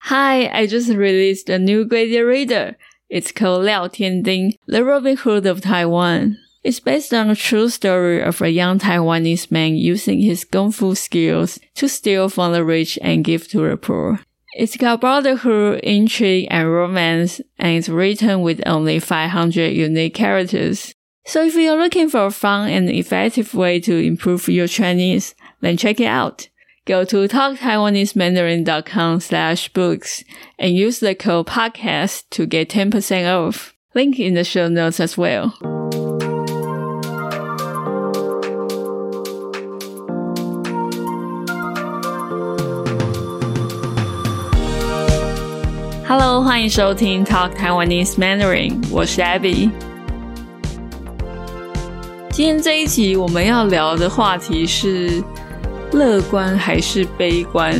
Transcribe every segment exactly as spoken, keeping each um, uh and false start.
Hi, I just released a new Guide Reader. It's called Liao Tianding, The Robin Hood of Taiwan. It's based on a true story of a young Taiwanese man using his kung fu skills to steal from the rich and give to the poor. It's got brotherhood, intrigue, and romance, and it's written with only five hundred unique characters. So if you're looking for a fun and effective way to improve your Chinese, then check it out. Go to talk taiwanese mandarin dot com slash books and use the code podcast to get ten percent off. Link in the show notes as well. Hello, 欢迎收听 Talk Taiwanese Mandarin， 我是 Abby。今天这一集我们要聊的话题是乐观还是悲观？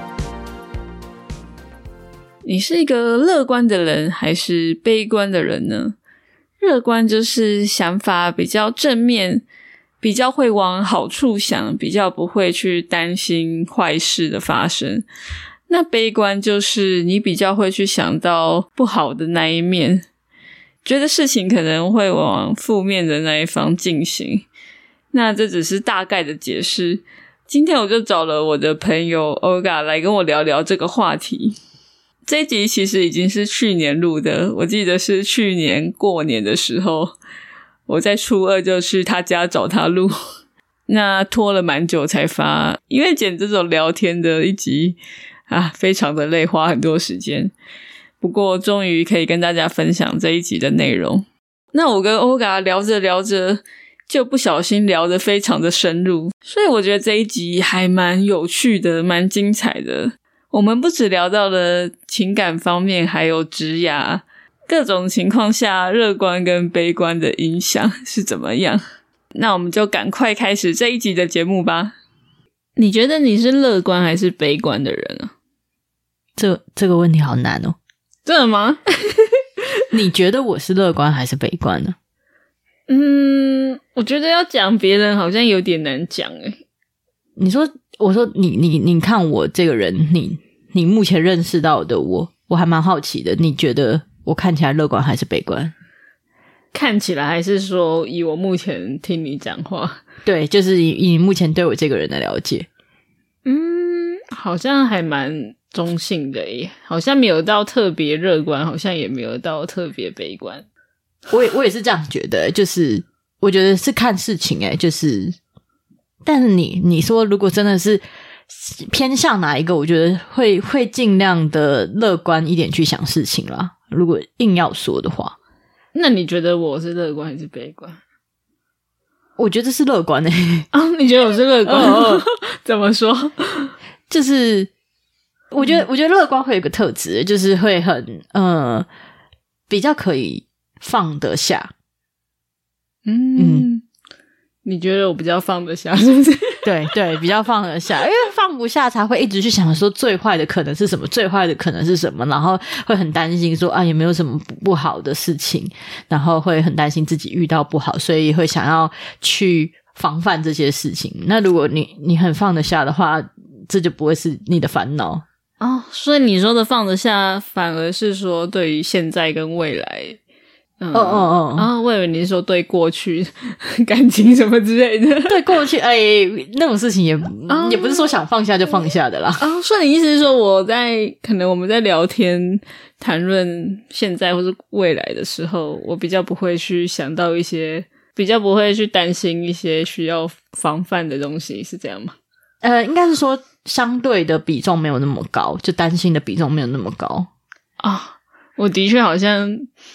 你是一个乐观的人还是悲观的人呢？乐观就是想法比较正面，比较会往好处想，比较不会去担心坏事的发生。那悲观就是你比较会去想到不好的那一面，觉得事情可能会往负面的那一方进行。那这只是大概的解释。今天我就找了我的朋友 Olga 来跟我聊聊这个话题。这一集其实已经是去年录的，我记得是去年过年的时候，我在初二就去他家找他录，那拖了蛮久才发，因为剪这种聊天的一集啊，非常的累，花很多时间。不过终于可以跟大家分享这一集的内容。那我跟 Olga 聊着聊着就不小心聊得非常的深入，所以我觉得这一集还蛮有趣的，蛮精彩的。我们不只聊到了情感方面，还有职涯，各种情况下乐观跟悲观的影响是怎么样。那我们就赶快开始这一集的节目吧。你觉得你是乐观还是悲观的人啊？ 这这个问题好难哦。 真的吗？ 你觉得我是乐观还是悲观呢？ 嗯，我觉得要讲别人好像有点难讲诶。 你说，我说你你你看我这个人，你你目前认识到的我，我还蛮好奇的。你觉得我看起来乐观还是悲观？ 看起来还是说以我目前听你讲话？ 对，就是以以你目前对我这个人的了解。 嗯，好像还蛮中性的耶，好像没有到特别乐观，好像也没有到特别悲观。 我也我也是这样觉得，就是我觉得是看事情诶，就是但是你你说如果真的是偏向哪一个，我觉得会会尽量的乐观一点去想事情啦，如果硬要说的话。 那你觉得我是乐观还是悲观？ 我觉得是乐观诶。 啊，你觉得我是乐观？哦、怎么说？ 就是我觉得、嗯、我觉得乐观会有一个特质，就是会很呃比较可以放得下。 嗯嗯，你觉得我比较放得下是不是？ 对对，比较放得下，因为放不下才会一直去想说最坏的可能是什么，最坏的可能是什么，然后会很担心说啊有没有什么不好的事情，然后会很担心自己遇到不好，所以会想要去防范这些事情。那如果你你很放得下的话，这就不会是你的烦恼哦。所以你说的放得下反而是说对于现在跟未来。嗯、哦哦哦，然后我以为你是说对过去感情什么之类的。 对过去哎，那种事情也、哦、也不是说想放下就放下的啦。 哦，所以你意思是说我在可能我们在聊天谈论现在或是未来的时候，我比较不会去想到一些，比较不会去担心一些需要防范的东西，是这样吗？ 呃，应该是说相对的比重没有那么高，就担心的比重没有那么高啊。哦，我的确好像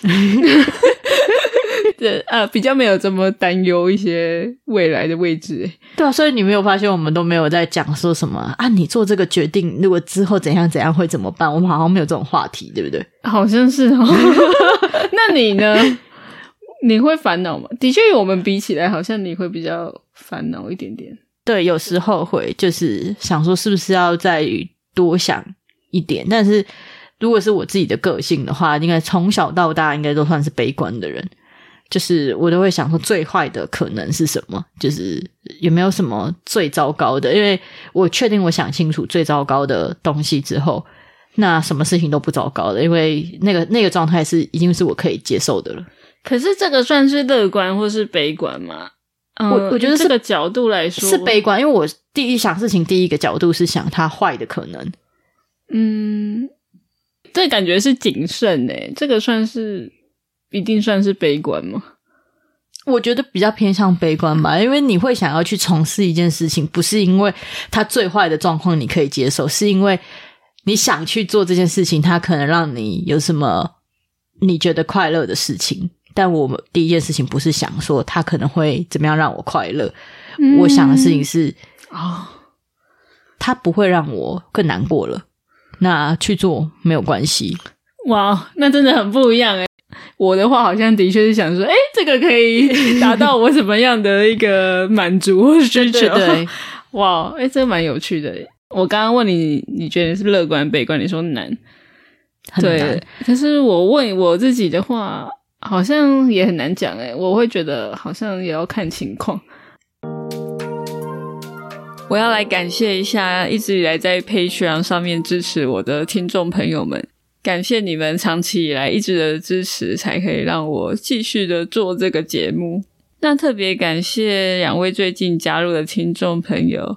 对啊，比较没有这么担忧一些未来的位置。 对啊，所以你没有发现我们都没有在讲说什么啊你做这个决定如果之后怎样怎样会怎么办，我们好像没有这种话题，对不对？ 好像是哦。那你呢？你会烦恼吗？的确我们比起来好像你会比较烦恼一点点。 对，有时候会就是想说是不是要再多想一点，但是如果是我自己的个性的话，应该从小到大应该都算是悲观的人，就是我都会想说最坏的可能是什么，就是有没有什么最糟糕的，因为我确定我想清楚最糟糕的东西之后， 那什么事情都不糟糕的，因为那个那个状态是已经是我可以接受的了。 可是这个算是乐观或是悲观吗？嗯、 我我觉得是这个角度来说是悲观，因为我第一想事情第一个角度是想它坏的可能。 嗯，这感觉是谨慎诶，这个算是一定算是悲观吗？ 我觉得比较偏向悲观吧，因为你会想要去从事一件事情，不是因为它最坏的状况你可以接受，是因为你想去做这件事情，它可能让你有什么你觉得快乐的事情。但我们第一件事情不是想说它可能会怎么样让我快乐，嗯、我想的事情是哦， 它不会让我更难过了，那去做没有关系。 哇，那真的很不一样诶。我的话好像的确是想说，诶，这个可以达到我什么样的一个满足或需求。 对对对， 哇，诶，这个蛮有趣的。我刚刚问你，你觉得是乐观悲观，你说难， 很难。 对，可是我问我自己的话，好像也很难讲诶，我会觉得好像也要看情况。我要来感谢一下一直以来在 Patreon 上面支持我的听众朋友们，感谢你们长期以来一直的支持，才可以让我继续的做这个节目。那特别感谢两位最近加入的听众朋友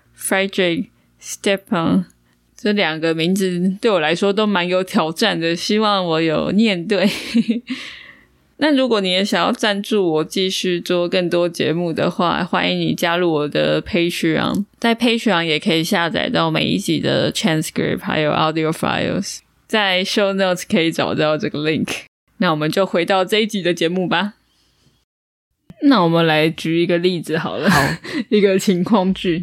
Frederick、Stepan， 这两个名字对我来说都蛮有挑战的，希望我有念对。那如果你也想要赞助我继续做更多节目的话，欢迎你加入我的 Patreon， 在 Patreon 也可以下载到每一集的 transcript 还有 audio files， 在 show notes 可以找到这个 link。 那我们就回到这一集的节目吧。那我们来举一个例子好了，好一个情况剧。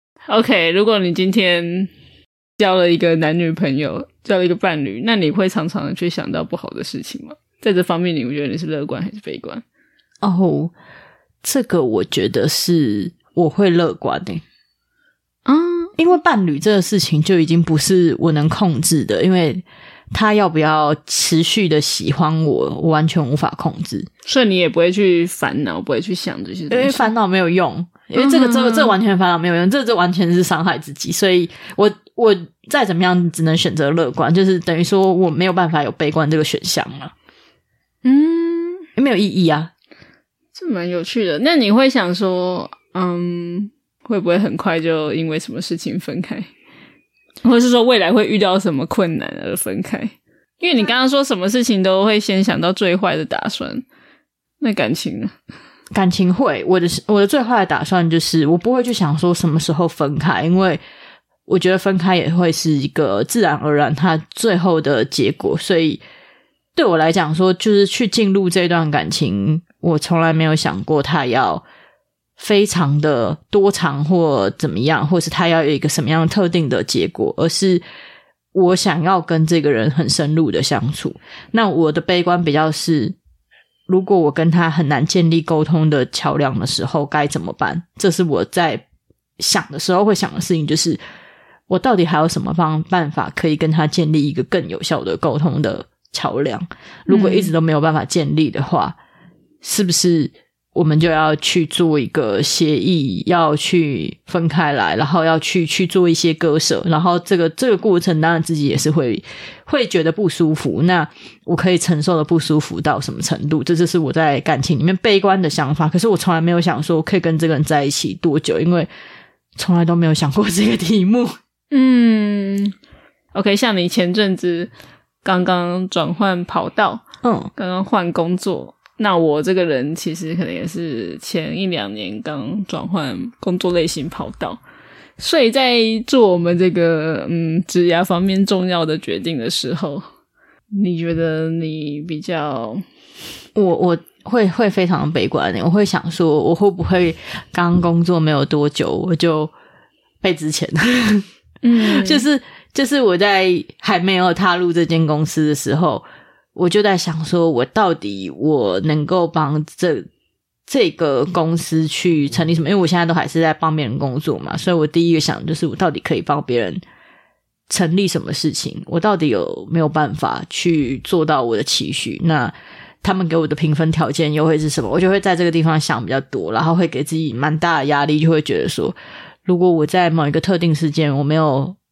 OK， 如果你今天交了一个男女朋友，交了一个伴侣，那你会常常的去想到不好的事情吗？在这方面你觉得你是乐观还是悲观？ 哦，这个我觉得是我会乐观欸。 嗯， 因为伴侣这个事情就已经不是我能控制的，因为他要不要持续的喜欢我，我完全无法控制， 所以你也不会去烦恼，不会去想这些东西， 因为烦恼没有用，因为这个、嗯、这个这完全烦恼没有用，这这完全是伤害自己，所以我我再怎么样只能选择乐观，就是等于说我没有办法有悲观这个选项了。 嗯， 没有意义啊， 这蛮有趣的。那你会想说，嗯，会不会很快就因为什么事情分开，或者是说未来会遇到什么困难而分开？因为你刚刚说什么事情都会先想到最坏的打算，那感情呢？ 感情会，我的我的最坏的打算就是我不会去想说什么时候分开，因为我觉得分开也会是一个自然而然它最后的结果，所以对我来讲说，就是去进入这段感情，我从来没有想过他要非常的多长或怎么样，或是他要有一个什么样特定的结果，而是我想要跟这个人很深入的相处。那我的悲观比较是，如果我跟他很难建立沟通的桥梁的时候该怎么办，这是我在想的时候会想的事情，就是我到底还有什么方办法可以跟他建立一个更有效的沟通的桥梁，如果一直都没有办法建立的话、嗯、是不是我们就要去做一个协议，要去分开来，然后要去去做一些割舍，然后这个这个过程当然自己也是会会觉得不舒服，那我可以承受的不舒服到什么程度，这就是我在感情里面悲观的想法。可是我从来没有想说可以跟这个人在一起多久，因为从来都没有想过这个题目。 嗯 OK， 像你前阵子刚刚转换跑道， 嗯， 刚刚换工作，那我这个人其实可能也是前一两年刚转换工作类型跑道，所以在做我们这个嗯职涯方面重要的决定的时候，你觉得你比较我我会会非常悲观，我会想说我会不会刚工作没有多久我就被资遣了嗯，就是就是我在还没有踏入这间公司的时候，我就在想说我到底我能够帮这这个公司去成立什么，因为我现在都还是在帮别人工作嘛，所以我第一个想就是我到底可以帮别人成立什么事情，我到底有没有办法去做到我的期许，那他们给我的评分条件又会是什么，我就会在这个地方想比较多，然后会给自己蛮大的压力，就会觉得说如果我在某一个特定时间我没有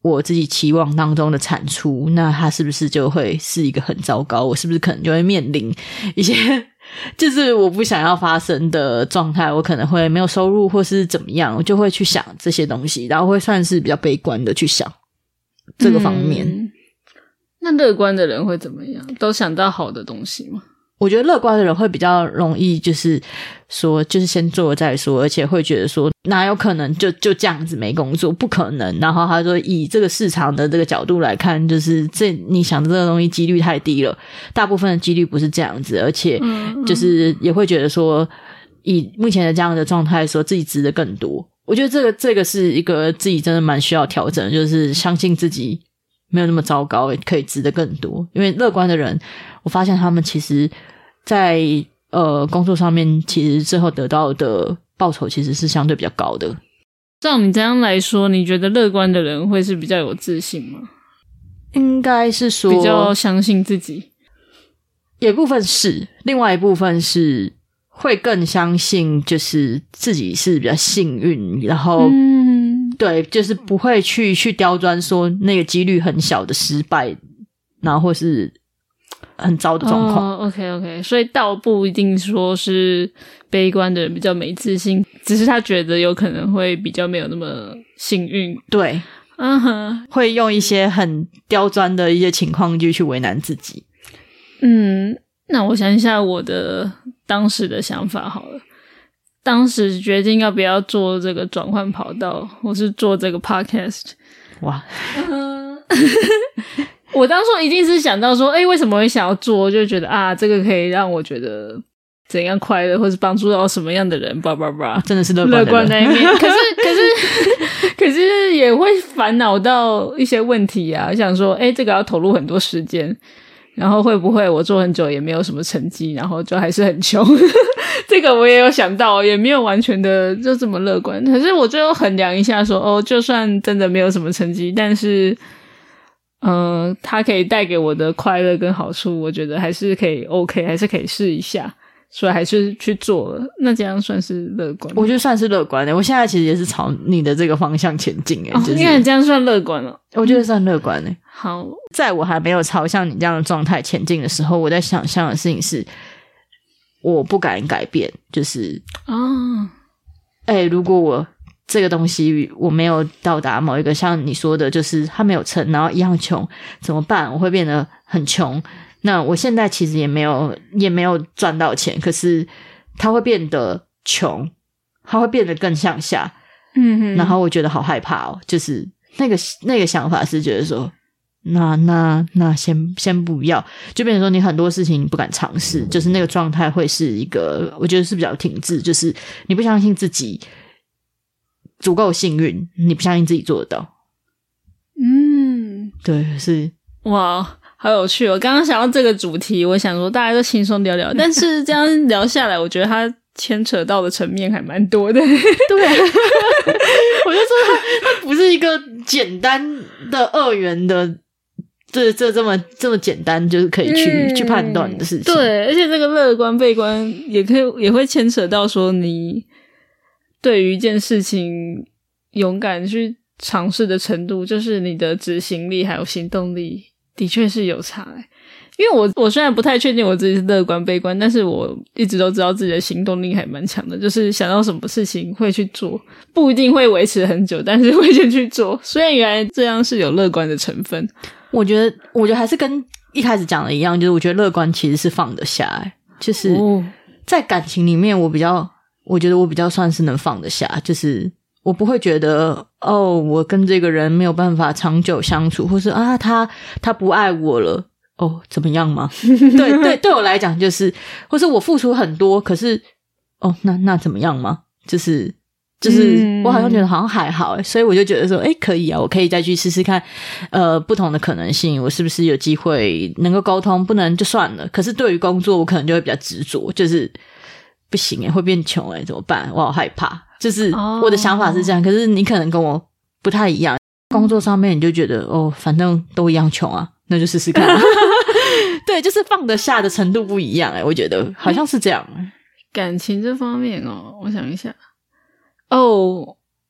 我自己期望当中的产出，那它是不是就会是一个很糟糕，我是不是可能就会面临一些就是我不想要发生的状态，我可能会没有收入或是怎么样，我就会去想这些东西，然后会算是比较悲观的去想这个方面。 嗯，那乐观的人会怎么样？都想到好的东西吗？ 我觉得乐观的人会比较容易就是说就是先做再说，而且会觉得说哪有可能就就这样子没工作，不可能。然后他说以这个市场的这个角度来看，就是这你想的这个东西几率太低了，大部分的几率不是这样子，而且就是也会觉得说以目前的这样的状态说自己值得更多。我觉得这个这个是一个自己真的蛮需要调整的，就是相信自己没有那么糟糕，可以值得更多。因为乐观的人我发现他们其实在呃工作上面其实最后得到的报酬其实是相对比较高的。 照你这样来说，你觉得乐观的人会是比较有自信吗？ 应该是说比较相信自己， 有一部分是，另外一部分是会更相信就是自己是比较幸运，然后嗯， 对，就是不会去去刁钻说那个几率很小的失败，然后或是很糟的状况。 哦 OK OK， 所以倒不一定说是悲观的人比较没自信，只是他觉得有可能会比较没有那么幸运。 对， 嗯哼， 会用一些很刁钻的一些情况就去为难自己。 嗯，那我想一下我的当时的想法好了。当时决定要不要做这个转换跑道，或是做这个 podcast。 哇， 嗯我当初一定是想到说，诶，为什么会想要做？就觉得啊，这个可以让我觉得怎样快乐，或是帮助到什么样的人，叭叭叭， 真的是乐乐观的人观那一面。可是，可是，可是也会烦恼到一些问题啊，想说，诶，这个要投入很多时间，然后会不会我做很久也没有什么成绩，然后就还是很穷？这个我也有想到，也没有完全的就这么乐观。可是我最后衡量一下说，哦，就算真的没有什么成绩，但是嗯，它可以带给我的快乐跟好处，我觉得还是可以 OK， 还是可以试一下，所以还是去做了。那这样算是乐观吗？ 我觉得算是乐观的。我现在其实也是朝你的这个方向前进诶、 哦， 就是你看这样算乐观了。 我觉得算乐观诶。 好， 在我还没有朝向你这样的状态前进的时候，我在想象的事情是我不敢改变，就是哦， 诶、如果我这个东西我没有到达某一个像你说的就是它没有成，然后一样穷怎么办？我会变得很穷。那我现在其实也没有也没有赚到钱，可是它会变得穷，它会变得更向下。 嗯哼， 然后我觉得好害怕哦，就是那个那个想法是觉得说那那那先先不要，就变成说你很多事情你不敢尝试，就是那个状态会是一个我觉得是比较停滞，就是你不相信自己足够幸运，你不相信自己做得到。 嗯， 对，是哇，好有趣哦！刚刚想到这个主题，我想说大家都轻松聊聊，但是这样聊下来，我觉得它牵扯到的层面还蛮多的。 对，我就说它它不是一个简单的二元的。这这这么这么简单，就是可以去、嗯、去判断的事情。 对，而且这个乐观悲观也可以也会牵扯到说你对于一件事情勇敢去尝试的程度，就是你的执行力还有行动力的确是有差欸。因为我我虽然不太确定我自己是乐观悲观，但是我一直都知道自己的行动力还蛮强的，就是想到什么事情会去做，不一定会维持很久，但是会先去做。虽然原来这样是有乐观的成分， 我觉得我觉得还是跟一开始讲的一样，就是我觉得乐观其实是放得下欸，就是在感情里面我比较我觉得我比较算是能放得下，就是我不会觉得哦我跟这个人没有办法长久相处，或是啊他他不爱我了哦怎么样吗？对对，对我来讲就是，或是我付出很多，可是哦那那怎么样吗？就是就是我好像觉得好像还好欸，所以我就觉得说诶可以啊，我可以再去试试看呃不同的可能性，我是不是有机会能够沟通，不能就算了。可是对于工作我可能就会比较执着，就是不行诶会变穷诶怎么办？我好害怕，就是我的想法是这样，可是你可能跟我不太一样，工作上面你就觉得哦反正都一样穷啊，那就试试看对，就是放得下的程度不一样诶我觉得好像是这样。 感情这方面哦，我想一下哦，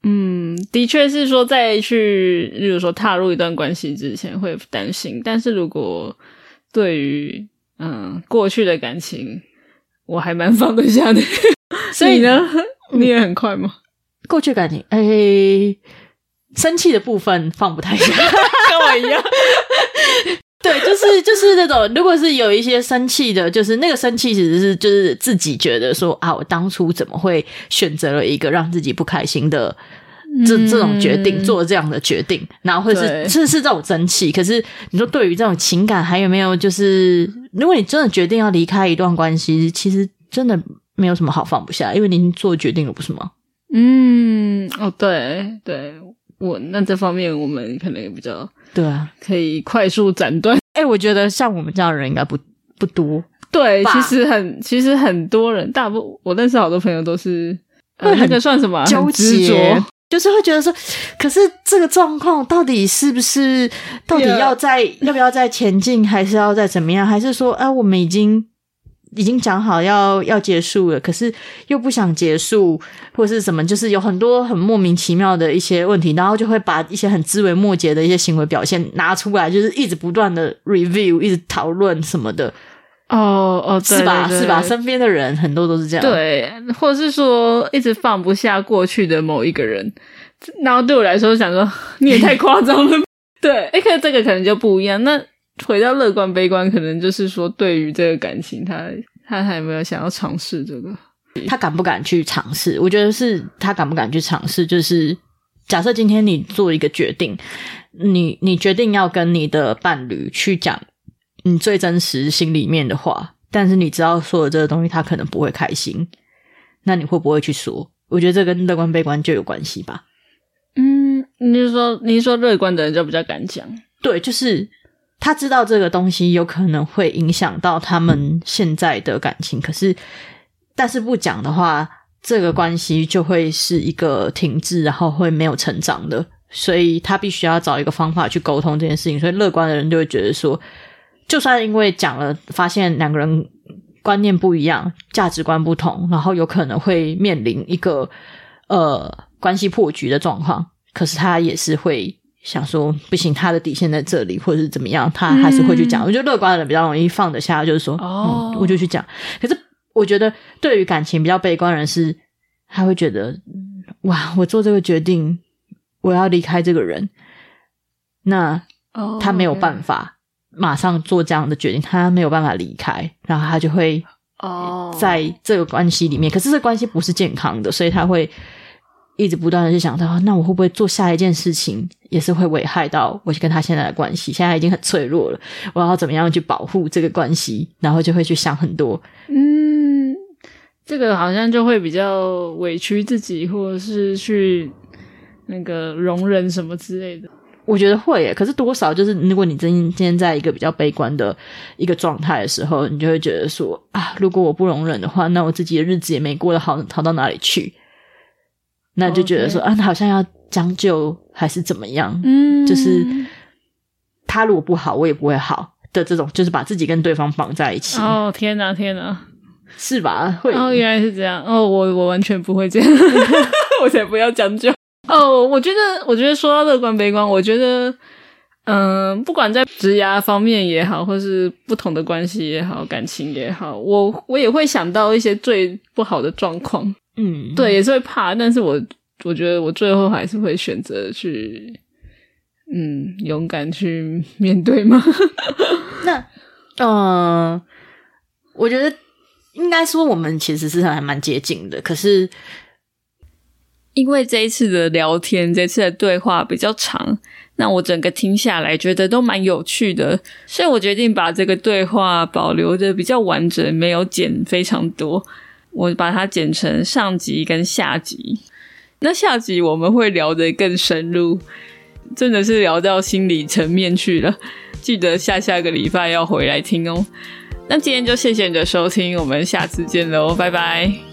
嗯，的确是说在去例如说踏入一段关系之前会担心，但是如果对于嗯过去的感情我还蛮放得下的所以呢、嗯、你也很快吗？ 过去感情诶生气的部分放不太下跟我一样对，就是就是那种，如果是有一些生气的，就是那个生气其实是就是自己觉得说啊，我当初怎么会选择了一个让自己不开心的这这种决定，嗯、做了这样的决定，然后或者是是是这种生气。可是你说对于这种情感还有没有，就是如果你真的决定要离开一段关系，其实真的没有什么好放不下，因为你已经做决定了，不是吗？ 嗯，哦，对对。我那这方面我们可能也比较对啊， 可以快速斩断。 哎、欸，我觉得像我们这样的人应该不不多。 对，其实很其实很多人，大部我认识好多朋友都是呃那个算什么纠结，就是会觉得说，可是这个状况到底是不是到底要再、yeah. 要不要再前进，还是要再怎么样？还是说啊，我们已经。已经讲好要要结束了，可是又不想结束，或是什么，就是有很多很莫名其妙的一些问题，然后就会把一些很枝微末节的一些行为表现拿出来，就是一直不断的 review， 一直讨论什么的。 哦哦，对对对， 是吧？是吧？身边的人很多都是这样， 对，或者是说一直放不下过去的某一个人，然后对我来说想说你也太夸张了。对，诶，可是这个可能就不一样。那回到乐观悲观，可能就是说对于这个感情他他还没有想要尝试这个， 他敢不敢去尝试？我觉得是他敢不敢去尝试，就是假设今天你做一个决定，你你决定要跟你的伴侣去讲你最真实心里面的话，但是你知道说的这个东西他可能不会开心，那你会不会去说？我觉得这跟乐观悲观就有关系吧。 嗯，你是说你是说乐观的人就比较敢讲？ 对，就是他知道这个东西有可能会影响到他们现在的感情，可是但是不讲的话，这个关系就会是一个停滞，然后会没有成长的，所以他必须要找一个方法去沟通这件事情。所以乐观的人就会觉得说，就算因为讲了发现两个人观念不一样，价值观不同，然后有可能会面临一个呃关系破局的状况，可是他也是会想说不行，他的底线在这里，或者是怎么样，他还是会去讲、嗯、我觉得乐观的人比较容易放得下，就是说、哦嗯、我就去讲。可是我觉得对于感情比较悲观的人是他会觉得哇，我做这个决定我要离开这个人，那他没有办法马上做这样的决定，他没有办法离开，然后他就会在这个关系里面，可是这个关系不是健康的，所以他会一直不断的去想到，那我会不会做下一件事情也是会危害到我跟他现在的关系，现在已经很脆弱了，我要怎么样去保护这个关系，然后就会去想很多。 嗯，这个好像就会比较委屈自己，或者是去那个容忍什么之类的。 我觉得会耶，可是多少就是如果你今天在一个比较悲观的一个状态的时候，你就会觉得说啊，如果我不容忍的话，那我自己的日子也没过得好好到哪里去，那就觉得说、okay. 啊，好像要将就还是怎么样，嗯，就是他如果不好我也不会好的这种，就是把自己跟对方绑在一起。 哦，天哪天哪， 是吧？会哦，原来是这样。哦，我我完全不会这样我才不要将就。哦，我觉得我觉得说到乐观悲观，我觉得嗯、呃，不管在职涯方面也好，或是不同的关系也好，感情也好，我我也会想到一些最不好的状况。嗯，对，也是会怕，但是我我觉得我最后还是会选择去嗯勇敢去面对嘛。 那嗯、呃，我觉得应该说我们其实是还蛮接近的，可是因为这一次的聊天，这次的对话比较长，那我整个听下来觉得都蛮有趣的，所以我决定把这个对话保留的比较完整，没有剪非常多，我把它剪成上集跟下集。那下集我们会聊得更深入，真的是聊到心理层面去了，记得下下个礼拜要回来听哦。那今天就谢谢你的收听，我们下次见咯，拜拜。